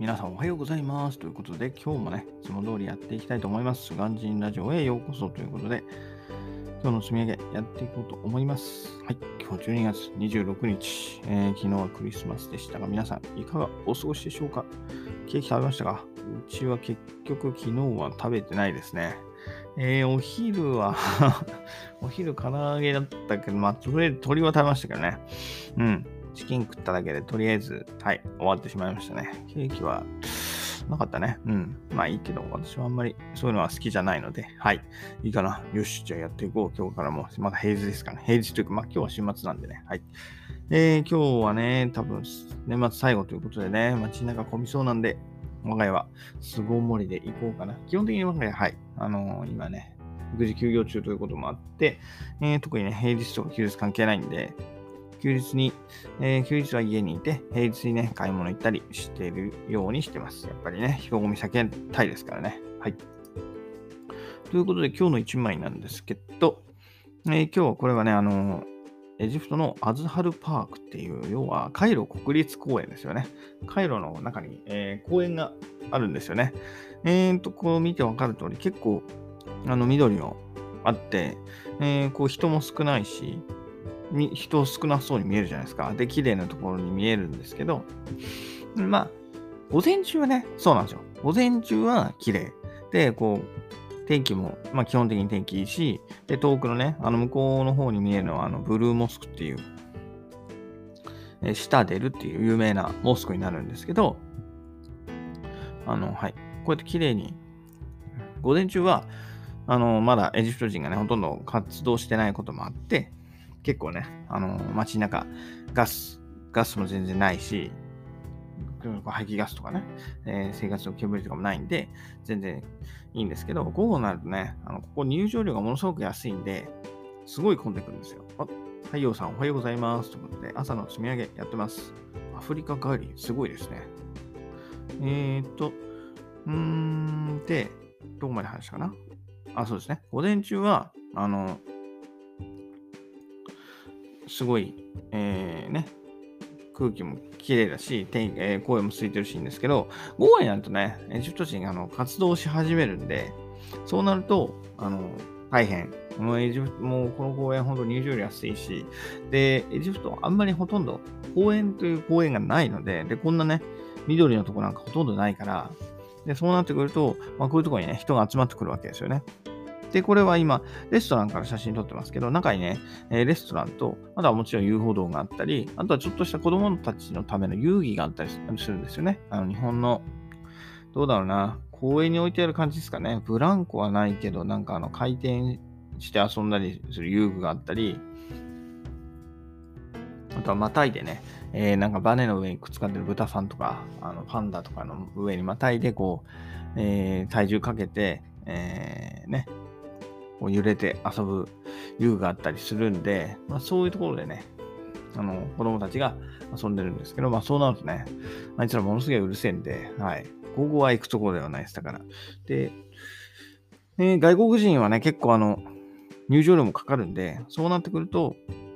皆さんおはようございます。ということで、今日もね、いつも通りやっていきたいと思います。ガンジンラジオへようこそということで、今日の積み上げやっていこうと思います。はい、今日12月26日、昨日はクリスマスでしたが、皆さんいかがお過ごしでしょうか？ケーキ食べましたか？うちは結局昨日は食べてないですね。お昼はお昼唐揚げだったけど、とりあえず鶏は食べましたけどね。うん。チキン食っただけで、とりあえず、はい、終わってしまいましたね。ケーキは、なかったね。うん。まあいいけど、私はあんまりそういうのは好きじゃないので、はい。いいかな。よし、じゃあやっていこう。今日からも、まだ平日ですかね。平日というか、今日は週末なんでね。はい。今日はね、多分、年末最後ということでね、街中混みそうなんで、我が家は巣ごもりで行こうかな。基本的に我が家、はい。今ね、育児休業中ということもあって、特にね、平日とか休日関係ないんで、休日は家にいて、平日にね、買い物行ったりしているようにしてます。やっぱりね、人混み避けたいですからね。はい。ということで、今日の一枚なんですけど、今日はこれはね、エジプトのアズハルパークっていう、要はカイロ国立公園ですよね。カイロの中に、公園があるんですよね。こう見てわかる通り、結構、緑のあって、こう人も少ないし、人少なそうに見えるじゃないですか。で、綺麗なところに見えるんですけど、まあ、午前中はね、そうなんですよ。午前中は綺麗。で、こう、天気も、基本的に天気いいし、で、遠くのね、向こうの方に見えるのは、ブルーモスクっていう、シタデルっていう有名なモスクになるんですけど、はい。こうやって綺麗に、午前中は、まだエジプト人がね、ほとんど活動してないこともあって、結構ね、街中、ガスも全然ないし、排気ガスとかね、生活の煙とかもないんで、全然いいんですけど、午後になるとね、ここ入場料がものすごく安いんで、すごい混んでくるんですよ。太陽さんおはようございます。ということで、朝の積み上げやってます。アフリカ帰り、すごいですね。で、どこまで話したかな？そうですね。午前中は、すごい、空気も綺麗だし、声も空いてるしいいんですけど、午後になるとね、エジプト人が活動し始めるんで、そうなると、大変。もうこの公園ほんと入場料安いし、で、エジプトはあんまりほとんど公園という公園がないので、で、こんなね、緑のとこなんかほとんどないから、で、そうなってくると、こういうところにね、人が集まってくるわけですよね。で、これは今、レストランから写真撮ってますけど、中にね、レストランと、あとはもちろん遊歩道があったり、あとはちょっとした子供たちのための遊戯があったりするんですよね。日本の、どうだろうな、公園に置いてある感じですかね。ブランコはないけど、なんか回転して遊んだりする遊具があったり、あとはまたいでね、なんかバネの上にくっつかってる豚さんとか、パンダとかの上にまたいで、こう、体重かけて、ね、こう揺れて遊ぶ遊具があったりするんで、そういうところでね、子供たちが遊んでるんですけど、そうなるとね、あいつらものすごいうるせえんで、はい。午後は行くところではないです。だから。で、外国人はね、結構入場料もかかるんで、そうなってくると、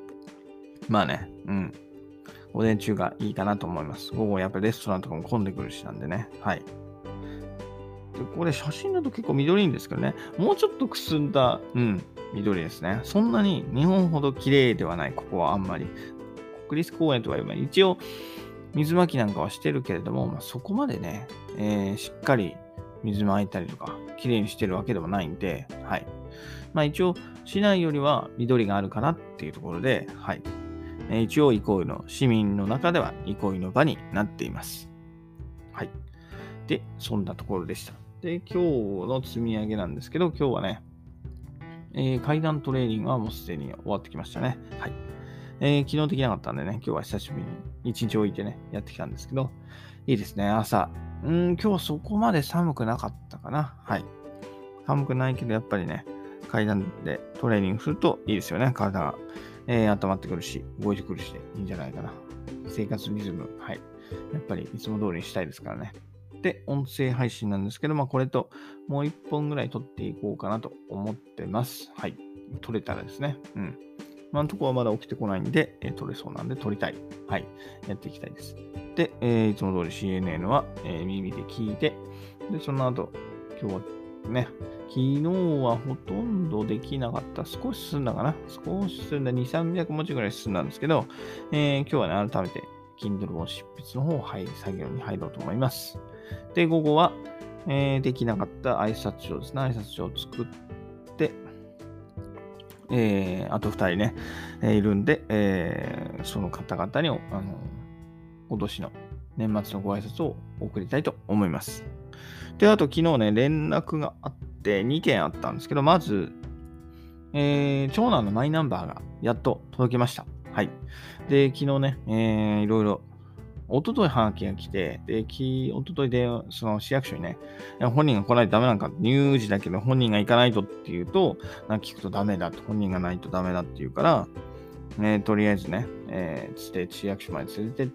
午前中がいいかなと思います。午後やっぱりレストランとかも混んでくるしなんでね、はい。で、これ写真だと結構緑いんですけどね、もうちょっとくすんだ、緑ですね。そんなに日本ほど綺麗ではない、ここはあんまり。国立公園とは言えば、一応水まきなんかはしてるけれども、そこまでね、しっかり水まいたりとか、綺麗にしてるわけでもないんで、はい。一応、市内よりは緑があるかなっていうところで、はい。一応、憩いの、市民の中では憩いの場になっています。はい。で、そんなところでした。で、今日の積み上げなんですけど、今日はね、階段トレーニングはもうすでに終わってきましたね。はい。昨日できなかったんでね、今日は久しぶりに一日置いてね、やってきたんですけど、いいですね、朝。今日はそこまで寒くなかったかな。はい。寒くないけど、やっぱりね、階段でトレーニングするといいですよね、体が。温まってくるし、動いてくるしでいいんじゃないかな。生活リズム、はい。やっぱりいつも通りにしたいですからね。で、音声配信なんですけど、これともう1本ぐらい撮っていこうかなと思ってます。はい。撮れたらですね。 今のところはまだ起きてこないんで、取れそうなんで取りたい。はい。やっていきたいです。で、いつも通り CNN は、耳で聞いて、で、その後、今日はね、昨日はほとんどできなかった。少し進んだかな。少し進んだ2、300文字ぐらい進んだんですけど、今日はね、改めて Kindle を執筆の方を作業に入ろうと思います。で、午後は、できなかった挨拶書ですね。挨拶書を作って、あと2人ね、いるんで、その方々に今年の年末のご挨拶を送りたいと思います。で、あと昨日ね、連絡があって2件あったんですけど、まず、長男のマイナンバーがやっと届きました。はい。で、昨日ね、いろいろ、一昨日ハガキが来て、で、一昨日で、その市役所にね、本人が来ないとダメなんか、乳児だけど本人が行かないとっていうと、聞くとダメだと、本人がないとダメだっていうから、とりあえずね、市役所まで連れてって、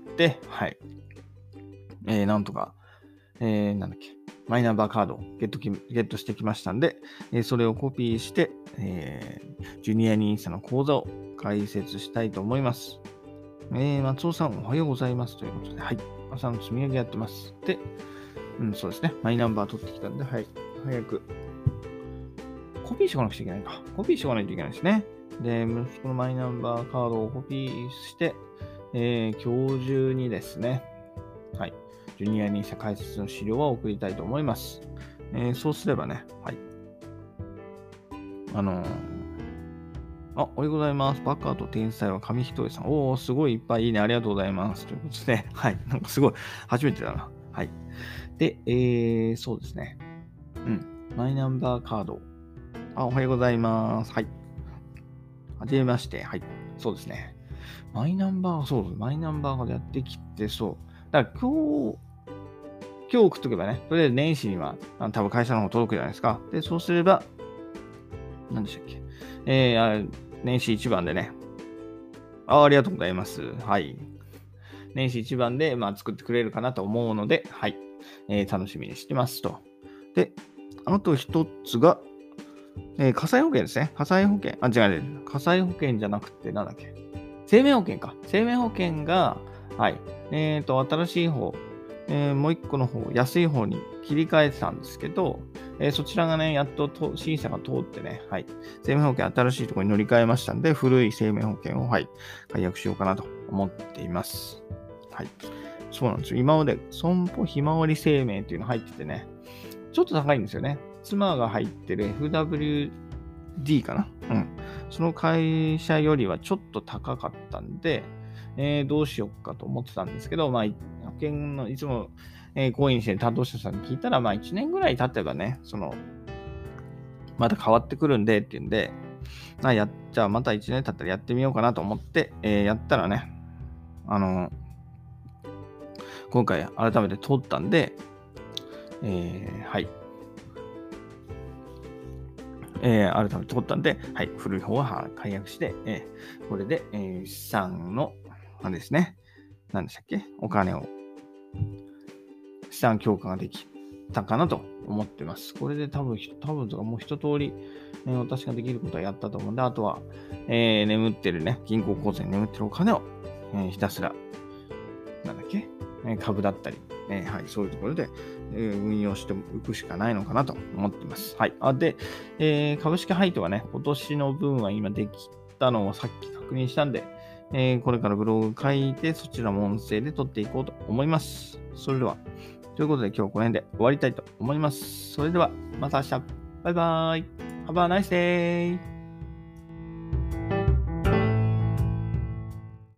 はい。なんとか、なんだっけ、マイナンバーカードをゲットしてきましたんで、それをコピーして、ジュニアNISAの口座を開設したいと思います。松尾さん、おはようございます。ということで、はい。朝の積み上げやってます。で、そうですね。マイナンバー取ってきたんで、はい。早く、コピーしておかなくちゃいけないか。コピーしておかないといけないですね。で、息子のマイナンバーカードをコピーして、今日中にですね、はい。ジュニアNISA開設の資料は送りたいと思います。そうすればね、はい。おはようございます。バカと天才は紙一重さん。おー、すごいいっぱいいいね。ありがとうございます。ということで、はい。なんかすごい、初めてだな。はい。で、そうですね。マイナンバーカード。おはようございます。はい。はじめまして。はい。そうですね。マイナンバーカードやってきて、そう。だから今日送っとけばね、とりあえず年始には、多分会社の方届くじゃないですか。で、そうすれば、何でしたっけ。年始一番でね。ありがとうございます。はい。年始一番で、作ってくれるかなと思うので、はい。楽しみにしてますと。で、あと一つが、火災保険ですね。火災保険。違う。火災保険じゃなくて、なんだっけ。生命保険か。生命保険が、はい。新しい方、もう一個の方、安い方に切り替えてたんですけど、そちらがね、やっと審査が通ってね、はい。生命保険新しいところに乗り換えましたんで、古い生命保険を、はい、解約しようかなと思っています。はい。そうなんですよ。今まで損保ひまわり生命っていうの入っててね、ちょっと高いんですよね。妻が入ってる FWD かな。その会社よりはちょっと高かったんで、どうしようかと思ってたんですけど、保険のいつも、講演して担当者さんに聞いたら、1年ぐらい経てばね、また変わってくるんでっていうんで、じゃあまた1年経ったらやってみようかなと思って、やったらね、今回改めて通ったんで、はい。改めて通ったんで、はい、古い方は解約して、これで、資産の、ですね、何でしたっけ、お金を、資産強化ができたかなと思ってます。これで多分とかもう一通り、私ができることはやったと思うんで、あとは、眠ってるね、銀行口座に眠ってるお金を、ひたすら、株だったり、はい、そういうところで、運用していくしかないのかなと思っています。はい。で、株式配当はね、今年の分は今できたのをさっき確認したんで、これからブログ書いて、そちらも音声で撮っていこうと思います。それでは、ということで今日はこの辺で終わりたいと思います。それでは、また明日。バイバーイ。Have a nice day.